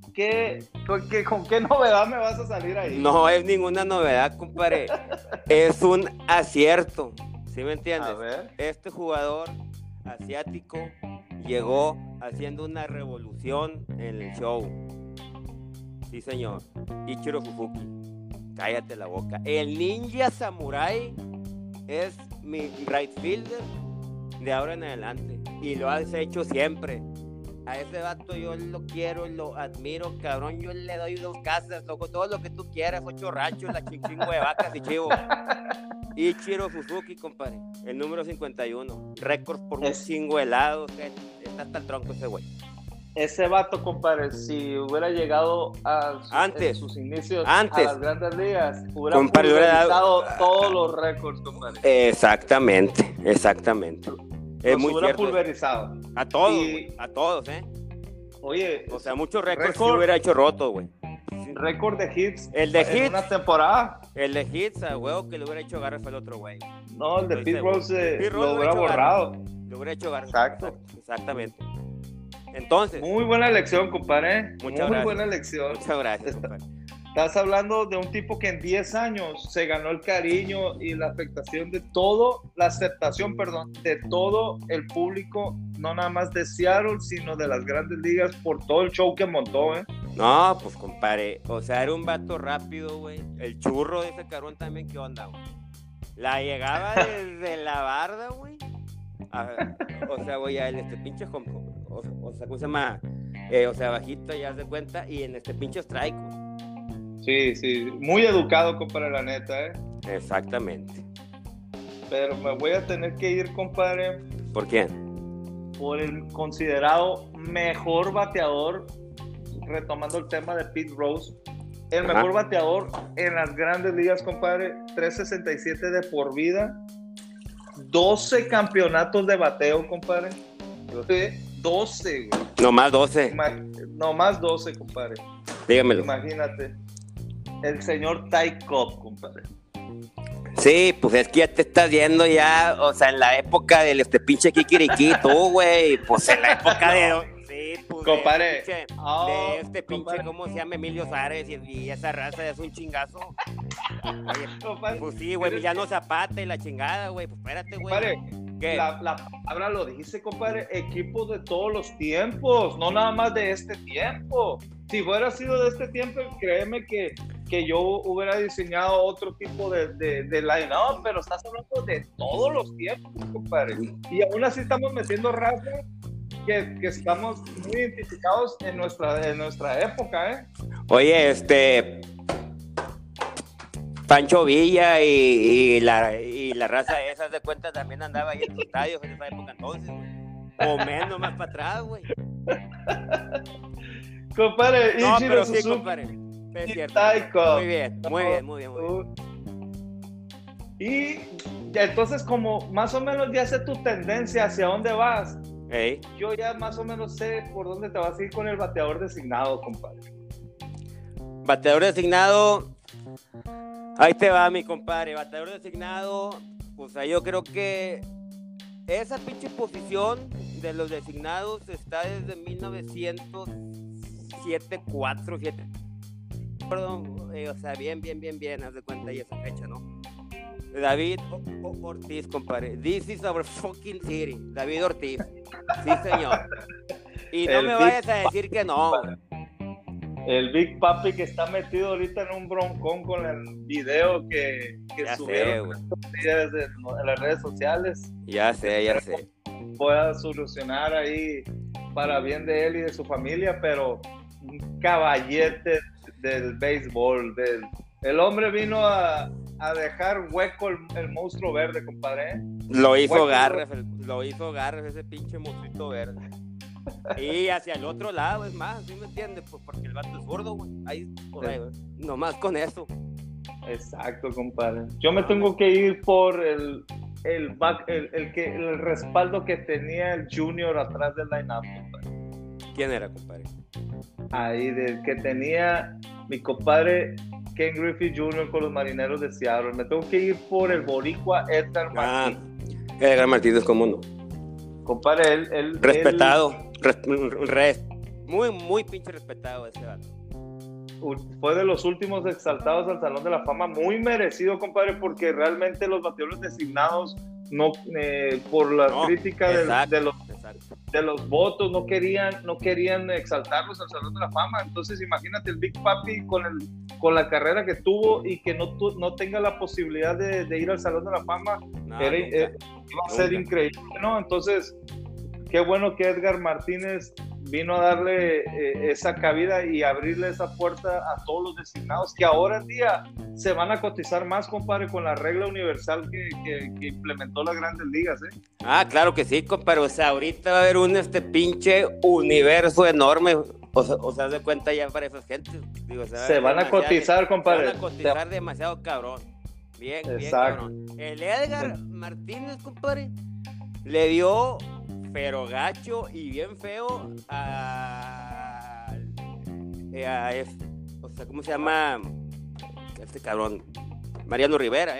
con qué novedad me vas a salir ahí. No es ninguna novedad, compadre. Es un acierto. ¿Sí me entiendes? A ver. Este jugador asiático llegó haciendo una revolución en el show. Sí, señor. Ichiro Suzuki. Cállate la boca. El ninja samurai es mi right fielder de ahora en adelante. Y lo has hecho siempre. A ese vato yo lo quiero, lo admiro, cabrón. Yo le doy 2 casas, loco, todo lo que tú quieras, 8 ranchos, la chingo de vacas y chivo. Y Ichiro Suzuki, compadre, el número 51. Récords por un chingo de lados. Está hasta el tronco ese güey. Ese vato, compadre, si hubiera llegado en sus inicios a las grandes ligas, hubiera pulverizado todos los récords, compadre. Exactamente. Es muy hubiera cierto. Pulverizado. A todos, Oye, o sea, muchos récords sí hubiera hecho roto, güey. Récord de hits en una temporada. El de hits, a huevo, que lo hubiera hecho Garrett fue el otro güey. No, el de Pete Rose lo hubiera borrado. Lo hubiera hecho Garrett. Exactamente. Entonces. Muy buena elección, compadre. Muchas gracias, compadre. Estás hablando de un tipo que en 10 años se ganó el cariño y la aceptación de todo el público, no nada más de Seattle, sino de las grandes ligas por todo el show que montó, ¿eh? No, pues compadre, o sea, era un vato rápido, güey. El churro de ese cabrón también, ¿qué onda, güey? La llegaba desde la barda, güey. O sea, güey, a pinche home, o sea, ¿cómo se llama? O sea, bajito, ya se cuenta, y en pinche strike, güey. Sí, muy educado, compadre, la neta, ¿eh? Exactamente. Pero me voy a tener que ir, compadre. ¿Por quién? Por el considerado mejor bateador, retomando el tema de Pete Rose, el mejor bateador en las grandes ligas, compadre, 367 de por vida, 12 campeonatos de bateo, compadre. 12, güey. Nomás 12. Nomás 12, compadre. Dígamelo. Imagínate. El señor Ty Cobb, compadre. Sí, pues es que ya te estás yendo ya, o sea, en la época del pinche Kikiriki, tú, güey, pues en la época de... Sí, pues compadre. De pinche, ¿cómo se llama? Emilio Suárez y esa raza es un chingazo. Oye, compadre, pues sí, güey, ya no Zapata y la chingada, güey, pues espérate, güey. Compadre, ¿qué? La palabra lo dijiste, compadre, equipo de todos los tiempos, no nada más de este tiempo. Si fuera sido de este tiempo, créeme que yo hubiera diseñado otro tipo de line-up, pero estás hablando de todos los tiempos, compadre. Y aún así estamos metiendo raza que estamos muy identificados en nuestra época, ¿eh? Oye, Pancho Villa y la raza esa de cuenta también andaba ahí en los estadios en esa época entonces, güey. O menos más para atrás, güey. Compadre, no, Ichiro pero Suzuki, sí, compadre. Es cierto. Muy bien. Y ya, entonces, como más o menos ya sé tu tendencia hacia dónde vas, yo ya más o menos sé por dónde te vas a ir con el bateador designado, compadre. Bateador designado, ahí te va, mi compadre. Bateador designado, pues yo creo que esa pinche posición de los designados está desde 1907, 4, 7. Perdón, o sea, bien, haz de cuenta ahí esa fecha, ¿no? David Ortiz, compadre. This is our fucking city. David Ortiz. Sí, señor. Y no me vayas a decir que no. El Big Papi que está metido ahorita en un broncón con el video que subieron en las redes sociales. Ya sé. Pueda solucionar ahí para bien de él y de su familia, pero un caballete del béisbol. El hombre vino a dejar hueco el monstruo verde, compadre. Lo hizo Garrett, ese pinche monstruito verde. Y hacia el otro lado, es más, ¿sí me entiendes? Pues porque el vato es gordo, güey. Ahí, por ahí, güey. Nomás con eso. Exacto, compadre. Yo me tengo que ir por el respaldo que tenía el Junior atrás del line-up, compadre. ¿Quién era, compadre? Ahí, del que tenía mi compadre Ken Griffey Jr. con los Marineros de Seattle. Me tengo que ir por el boricua Edgar Martínez. Edgar Martínez, ¿cómo no? Compadre, respetado. Muy pinche respetado ese vato. Fue de los últimos exaltados al Salón de la Fama. Muy merecido, compadre, porque realmente los bateadores designados, no por la crítica de los... Exacto. de los votos, no querían exaltarlos al Salón de la Fama. Entonces imagínate el Big Papi con la carrera que tuvo y que no tenga la posibilidad de ir al Salón de la Fama, va a ser increíble, ¿no? Entonces, qué bueno que Edgar Martínez vino a darle esa cabida y abrirle esa puerta a todos los designados que ahora en día se van a cotizar más, compadre, con la regla universal que implementó las Grandes Ligas, ¿eh? Ah, claro que sí, compadre. O sea, ahorita va a haber un pinche universo enorme. O sea, haz de cuenta ya para esas gentes. Digo, se van a cotizar, compadre. Se van a cotizar demasiado cabrón. Bien, cabrón. El Edgar Martínez, compadre, le dio pero gacho y bien feo o sea, ¿cómo se llama? Este cabrón, Mariano Rivera,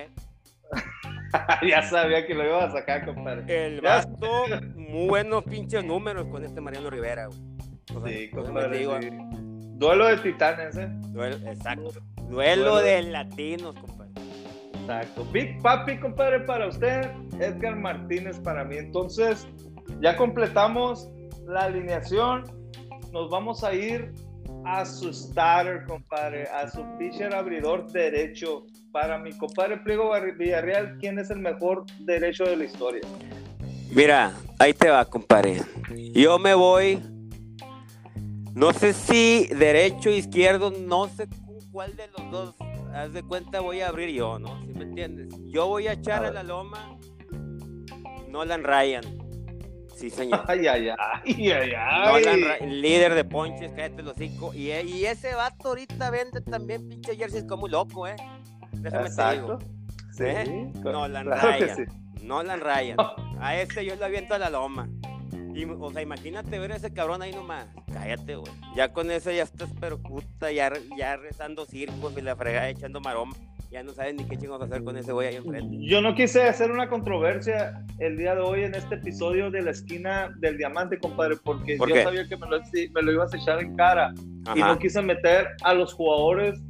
Ya sabía que lo iba a sacar, compadre. El vato, muy buenos pinches números con este Mariano Rivera, güey. O sea, sí, compadre, sí. Duelo de titanes, Exacto. Duelo de latinos, compadre. Exacto. Big Papi, compadre, para usted, Edgar Martínez para mí. Entonces, ya completamos la alineación. Nos vamos a ir a su starter, compadre, a su pitcher abridor derecho. Para mi compadre Pliego Villarreal, ¿quién es el mejor derecho de la historia? Mira, ahí te va, compadre. Yo me voy, no sé si derecho o izquierdo, no sé cuál de los dos, haz de cuenta, voy a abrir yo, ¿no? ¿Sí me entiendes? Yo voy a echar a la loma Nolan Ryan. Sí, señor. Ay. Nolan, líder de ponches, cállate los hocico. Y ese vato ahorita vende también pinche jerseys como un loco, Déjame te digo. Sí. Nolan claro Ryan. Sí. Nolan Ryan. A ese yo lo aviento a la loma. O sea, imagínate ver a ese cabrón ahí nomás. Cállate, güey. Ya con eso ya estás, pero puta, ya rezando circos y la fregada echando maroma. Ya no sabes ni qué chingos hacer con ese güey ahí enfrente. Yo no quise hacer una controversia el día de hoy en este episodio de la esquina del diamante, compadre, porque ¿Por yo qué? sabía que me lo ibas a echar en cara. Ajá. Y no quise meter a los jugadores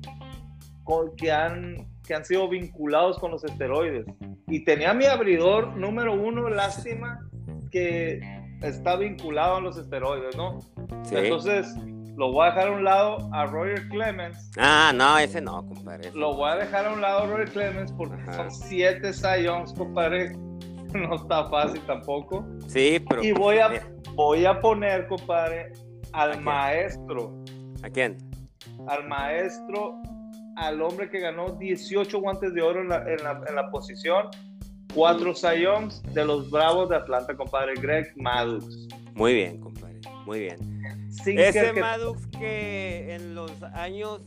que han sido vinculados con los esteroides. Y tenía mi abridor número 1, lástima que está vinculado a los esteroides, ¿no? Sí. Entonces lo voy a dejar a un lado a Roger Clemens. Ah, no, ese no, compadre. Lo voy a dejar a un lado a Roger Clemens porque son 7 Cy Youngs, compadre. No está fácil tampoco. Sí, pero... Y voy a poner, compadre, al maestro. ¿A quién? Al maestro, al hombre que ganó 18 guantes de oro en la posición, 4 Cy Youngs de los Bravos de Atlanta, compadre, Greg Maddux. Muy bien, compadre, muy bien. Ese Maddux que en los años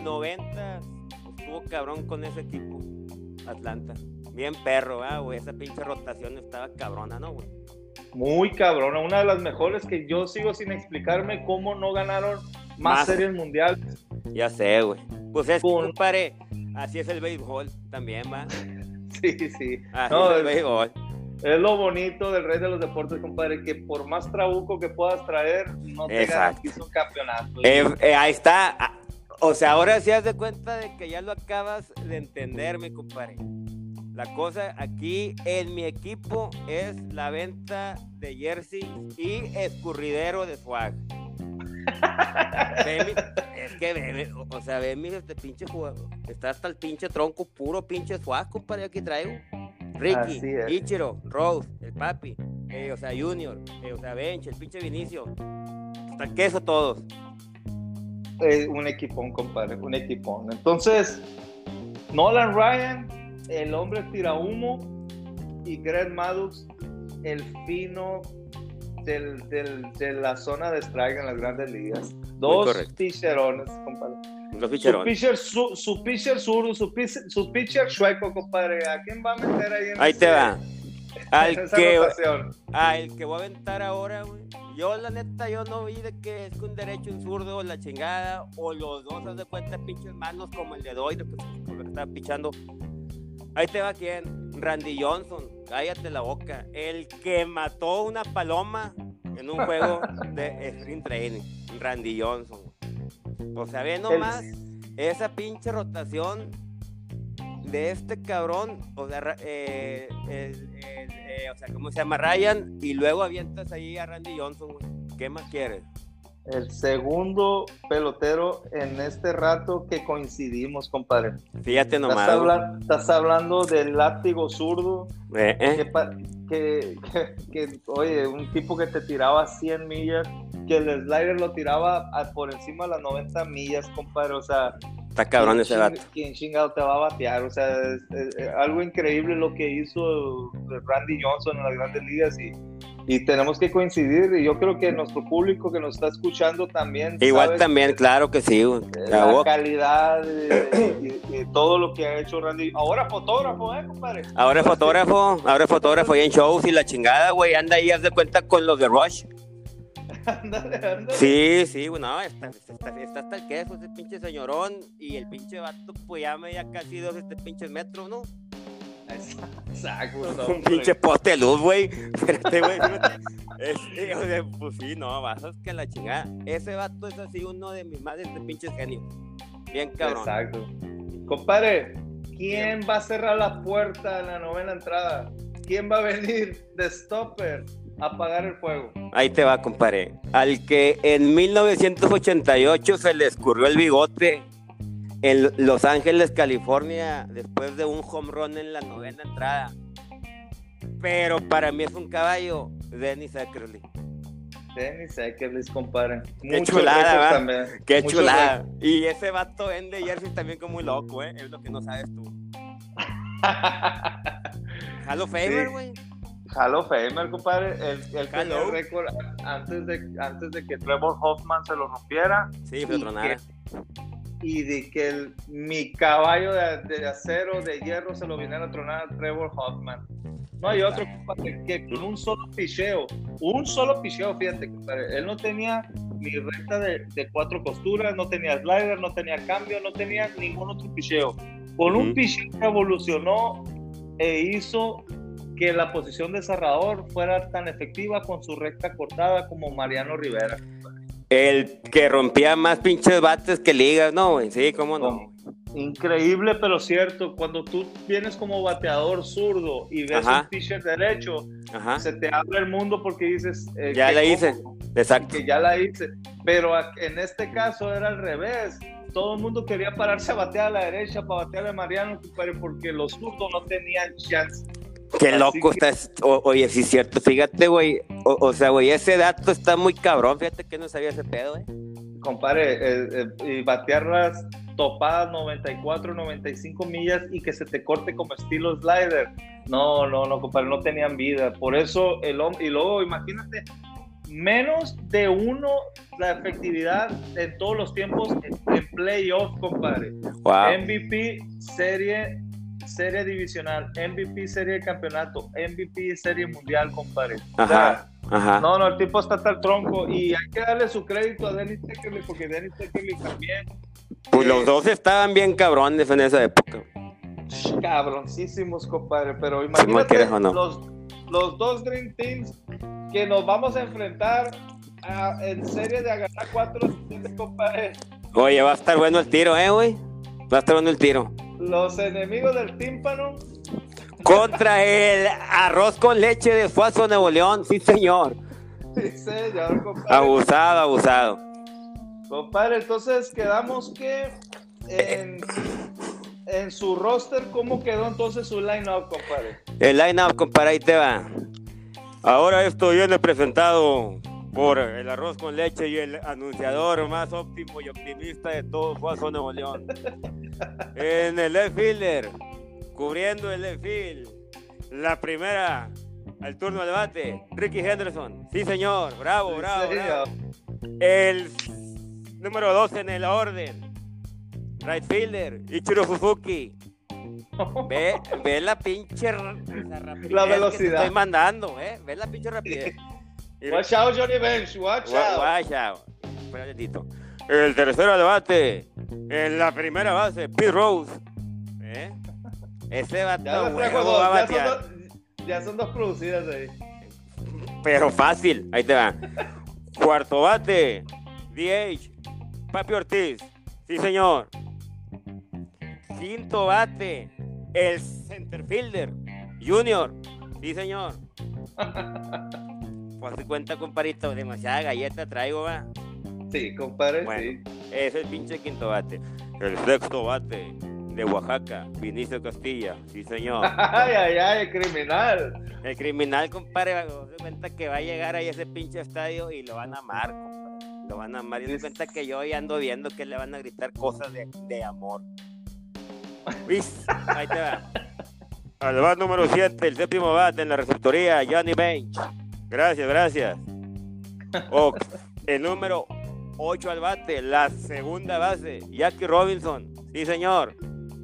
90 estuvo cabrón con ese equipo, Atlanta. Bien perro, güey. Esa pinche rotación estaba cabrona, ¿no, güey? Muy cabrona, una de las mejores que yo sigo sin explicarme cómo no ganaron más series mundiales. Ya sé, güey. Pues es que, compadre, así es el béisbol también, ¿va? Sí. Así es el béisbol. Es lo bonito del rey de los deportes, compadre, que por más trabuco que puedas traer, no te garantiza un campeonato. Ahí está. O sea, ahora sí haz de cuenta de que ya lo acabas de entender, mi compadre. La cosa aquí en mi equipo es la venta de jersey y escurridero de swag. Es que ve mi pinche jugador. Está hasta el pinche tronco, puro pinche swag, compadre, aquí traigo. Ricky, Ichiro, Rose, el papi, o sea, Junior, o sea, Bench, el pinche Vinicio. Hasta el queso todos. Un equipón, compadre, un equipón. Entonces, Nolan Ryan, el hombre tira humo, y Greg Maddux, el fino de la zona de strike en las Grandes Ligas. Dos pitcherones, compadre. Su pitcher zurdo, su pitcher chueco, compadre. ¿A quién va a meter ahí en ahí te va. Al que voy a aventar ahora, güey. Yo, la neta, yo no vi de que es un derecho, un zurdo, o la chingada, o los dos, haz de cuenta, pinches manos como el de Doyle, porque estaba pichando. Ahí te va, ¿quién? Randy Johnson, cállate la boca. El que mató una paloma en un juego de Spring Training, Randy Johnson. O sea, ve nomás esa pinche rotación de este cabrón. O sea, o sea, ¿cómo se llama? Ryan, y luego avientas ahí a Randy Johnson, güey. ¿Qué más quieres? El segundo pelotero en este rato que coincidimos, compadre. Fíjate nomás. Estás hablando del látigo zurdo. Oye, un tipo que te tiraba 100 millas, que el slider lo tiraba por encima de las 90 millas, compadre. O sea, está cabrón ese vato. ¿Quién chingado te va a batear? O sea, es algo increíble lo que hizo Randy Johnson en las Grandes Ligas y tenemos que coincidir, y yo creo que nuestro público que nos está escuchando también igual sabe también, claro que sí, güey. La calidad y todo lo que ha hecho Randy. Ahora fotógrafo, compadre. Ahora es fotógrafo y en shows y la chingada, güey, anda ahí, haz de cuenta con los de Rush. Ándale. Sí, güey, no, está hasta el queso ese pinche señorón, y el pinche vato pues ya media casi 2 pinches metros, ¿no? Exacto. Un pinche poste de luz, güey. Espérate, güey. Pues sí, no, vas a que la chingada. Ese vato es así uno de mis más pinches genios. Bien cabrón. Exacto. Compadre, ¿quién va a cerrar la puerta en la novena entrada? ¿Quién va a venir de stopper a apagar el fuego? Ahí te va, compadre. Al que en 1988 se le escurrió el bigote en Los Ángeles, California, después de un home run en la novena entrada. Pero para mí es un caballo, Dennis Eckersley. Dennis Eckersley, compadre. Qué chulada, ¿va? También. Qué chulada. Y ese vato vende jerseys también como muy loco, es lo que no sabes tú. Hall of Famer, güey. Hall of Famer, compadre. El tenía el récord antes de que Trevor Hoffman se lo rompiera. Sí, fue tronada. Y de que mi caballo de acero, de hierro, se lo viniera a tronar a Trevor Hoffman. No hay otro, compadre, que con un solo picheo, fíjate, compadre, él no tenía ni recta de 4 costuras, no tenía slider, no tenía cambio, no tenía ningún otro picheo. Con un picheo revolucionó e hizo que la posición de cerrador fuera tan efectiva con su recta cortada como Mariano Rivera. El que rompía más pinches bates que ligas, ¿no, güey? Sí, cómo no. Increíble, pero cierto. Cuando tú vienes como bateador zurdo y ves un pitcher derecho, se te abre el mundo porque dices... ya la hice, exacto. Que ya la hice. Pero en este caso era al revés. Todo el mundo quería pararse a batear a la derecha para batearle a Mariano, porque los zurdos no tenían chance. Qué loco estás. Oye, sí es cierto, fíjate, güey. O sea, güey, ese dato está muy cabrón. Fíjate que no sabía ese pedo, güey. Compadre, y batear las topadas 94, 95 millas y que se te corte como estilo slider. No, compadre, no tenían vida. Por eso y luego imagínate, menos de 1 la efectividad en todos los tiempos en playoff, compadre. Wow. MVP, serie divisional, MVP serie de campeonato, MVP serie mundial, compadre. Ajá. No, el tipo está tal tronco y hay que darle su crédito a Dennis Eckersley porque Dennis Eckersley también. Pues los dos estaban bien cabrones en esa época. Cabroncísimos, compadre, pero imagínate los dos Dream Teams que nos vamos a enfrentar en serie de agarrar 4, compadre. Oye, va a estar bueno el tiro, güey. Va a estar bueno el tiro. Los enemigos del tímpano contra el arroz con leche de Suazo, Nuevo León. Sí, señor. Sí, señor, compadre. Abusado. Compadre, entonces quedamos que en su roster, ¿cómo quedó entonces su line-up, compadre? El line-up, compadre, ahí te va. Ahora esto viene presentado por el arroz con leche y el anunciador más óptimo y optimista de todo Suazo, Nuevo León. En el left fielder, cubriendo el left field, la primera al turno de bate, Ricky Henderson. Sí, señor, bravo. El número 2 en el orden, right fielder, Ichiro Suzuki. Ve la pinche rapidez, la velocidad que te estoy mandando, ve la pinche rapidez. Watch out, Johnny Bench, watch out. El tercero al bate, en la primera base, Pete Rose. Ese vato va a batear. Ya son 2 producidas ahí. Pero fácil, ahí te va. Cuarto bate, DH, Papi Ortiz. Sí, señor. Quinto bate, el center fielder, Junior. Sí, señor. Pues se cuenta, comparito, demasiada galleta traigo, va. Sí, compadre, Bueno, sí. es el pinche quinto bate. El sexto bate de Oaxaca, Vinicio Castilla, sí señor. Ay, criminal. El criminal, compadre, se cuenta que va a llegar ahí a ese pinche estadio y lo van a amar, compadre. Lo van a amar. Y se cuenta que yo ya ando viendo que le van a gritar cosas de amor. ¿Viste? Ahí te va. Al bat número 7, el séptimo bat en la receptoría, Johnny Bench. Gracias. El número 8 al bate, la segunda base, Jackie Robinson. Sí, señor.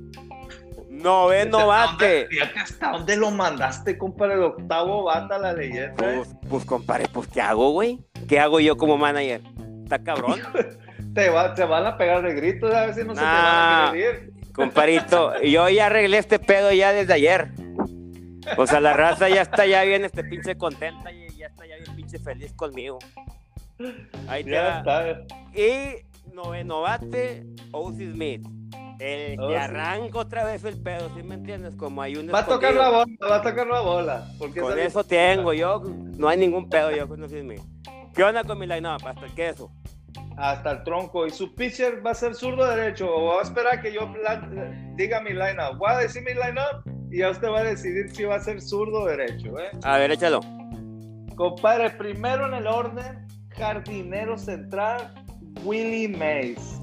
Noveno bate. Fíjate hasta dónde lo mandaste, compadre, el octavo bate a la leyenda. Pues, compadre, pues, ¿qué hago, güey? ¿Qué hago yo como manager? ¿Está cabrón? Te van a pegar de gritos, a ver si no se te van a querer ir. Comparito, yo ya arreglé este pedo ya desde ayer. O sea, la raza ya está ya bien pinche contenta y ya está ya bien pinche feliz conmigo. Ahí te Ya va. está. Y noveno bate, Ozzie Smith. El que arranca otra vez el pedo, ¿sí me entiendes? Como hay un Va a tocar la bola. Porque con eso tengo, yo no hay ningún pedo yo con Ozzie Smith. ¿Qué onda con mi line-up? Hasta el queso. Hasta el tronco. ¿Y su pitcher va a ser zurdo o derecho? ¿O va a esperar que yo diga mi line-up? Voy a decir mi line-up y ya usted va a decidir si va a ser zurdo o derecho, ¿eh? A ver, échalo. Compadre, primero en el orden, jardinero central, Willie Mays.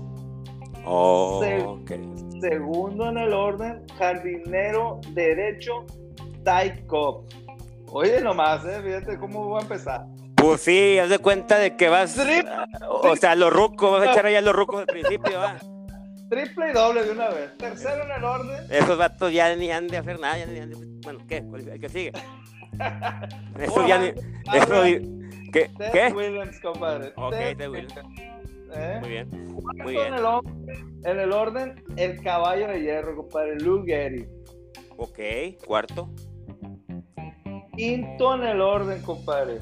Ok. Segundo en el orden, jardinero derecho, Ty Cobb. Oye, nomás, fíjate cómo voy a empezar. Pues sí, haz de cuenta de que vas. O sea, los rucos, vas a echar allá los rucos al principio, va. Triple y doble de una vez. Tercero en el orden. Esos vatos ya ni han de hacer nada, bueno, ¿qué? El que sigue. Eso ya ni. Eso, ¿qué? Ted Williams, compadre. Ok, Ted Williams. Muy bien. En el orden, el caballo de hierro, compadre, Lou Gehrig. Ok, cuarto. Quinto en el orden, compadre,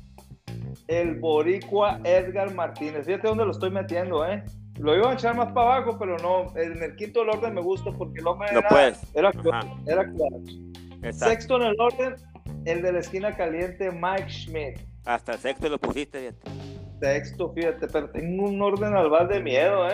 el boricua Edgar Martínez. Fíjate dónde lo estoy metiendo, Lo iba a echar más para abajo, pero no. En el quinto del orden me gusta porque el hombre era clutch. Sexto en el orden, el de la esquina caliente, Mike Schmidt. Hasta el sexto lo pusiste, fíjate. Sexto, fíjate, pero tengo un orden al bar de miedo,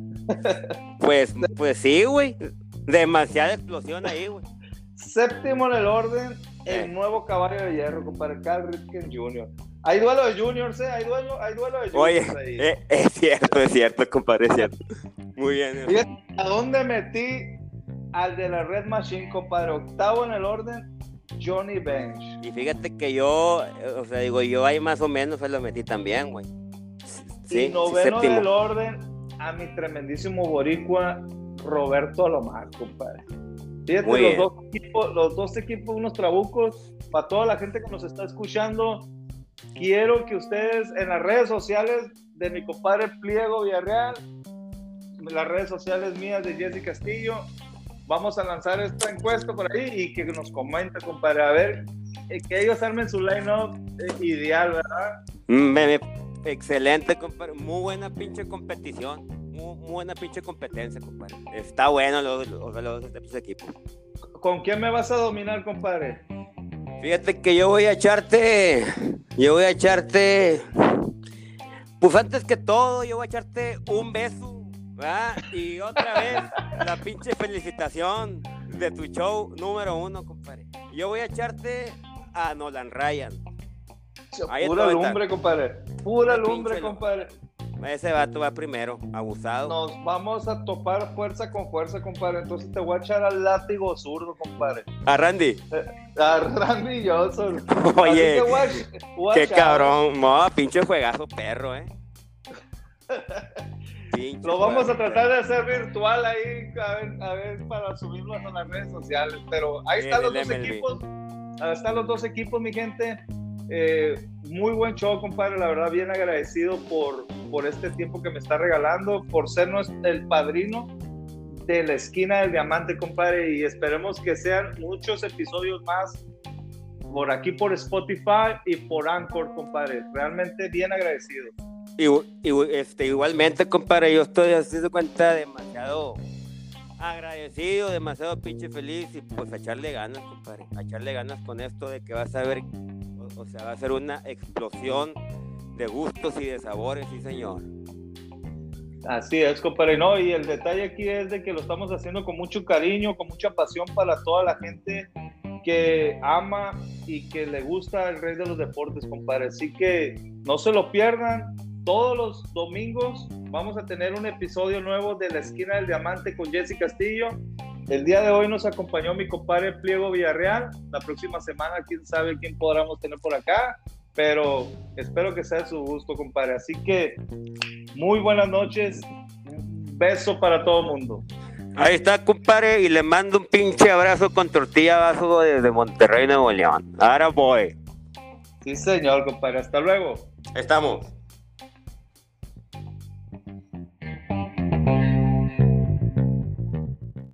Pues sí, güey. Demasiada explosión ahí, güey. Séptimo en el orden, el nuevo caballo de hierro, compadre, Cal Ripken Jr. Hay duelo de juniors, hay duelo de juniors. Oye, ahí. Es cierto, compadre, es cierto. Muy bien. Fíjate a dónde metí al de la Red Machine, compadre. Octavo en el orden, Johnny Bench. Y fíjate que yo, o sea, digo, yo ahí más o menos se lo metí también, güey. Sí, y noveno en el orden, a mi tremendísimo boricua, Roberto Alomar, compadre. Fíjate, los dos equipos, unos trabucos, para toda la gente que nos está escuchando, quiero que ustedes en las redes sociales de mi compadre Pliego Villarreal, las redes sociales mías de Jesse Castillo, vamos a lanzar esta encuesta por ahí y que nos comenten, compadre, a ver, que ellos armen su line-up ideal, ¿verdad? Excelente, compadre, muy buena pinche competición, muy buena pinche competencia, compadre. Está bueno los equipos. ¿Con quién me vas a dominar, compadre? Fíjate que yo voy a echarte, pues antes que todo, yo voy a echarte un beso, ¿verdad? Y otra vez, la pinche felicitación de tu show número 1, compadre. Yo voy a echarte a Nolan Ryan. Pura lumbre, compadre. Pura lumbre, compadre. Ese vato va primero, abusado. Nos vamos a topar fuerza con fuerza, compadre. Entonces te voy a echar al látigo zurdo, compadre. ¿A Randy? A Randy Johnson. Oye, qué cabrón. No, pinche juegazo perro, Lo vamos a tratar de hacer virtual ahí, a ver para subirlo a las redes sociales. Pero ahí están los dos equipos. Ahí están los dos equipos, mi gente. Muy buen show, compadre, la verdad bien agradecido por este tiempo que me está regalando, por ser el padrino de la esquina del diamante, compadre, y esperemos que sean muchos episodios más por aquí por Spotify y por Anchor, compadre, realmente bien agradecido. Igualmente, compadre, yo estoy así de cuenta demasiado agradecido, demasiado pinche feliz y pues a echarle ganas, compadre, a echarle ganas con esto de que vas a ver. O sea, va a ser una explosión de gustos y de sabores, sí señor. Así es, compadre. No, y el detalle aquí es de que lo estamos haciendo con mucho cariño, con mucha pasión para toda la gente que ama y que le gusta el Rey de los Deportes, compadre. Así que no se lo pierdan. Todos los domingos vamos a tener un episodio nuevo de La Esquina del Diamante con Jesse Castillo. El día de hoy nos acompañó mi compadre Pliego Villarreal. La próxima semana, quién sabe quién podamos tener por acá, pero espero que sea de su gusto, compadre. Así que muy buenas noches. Un beso para todo el mundo. Ahí está, compadre, y le mando un pinche abrazo con tortilla vaso desde Monterrey, Nuevo León. Ahora voy. Sí, señor, compadre. Hasta luego. Estamos.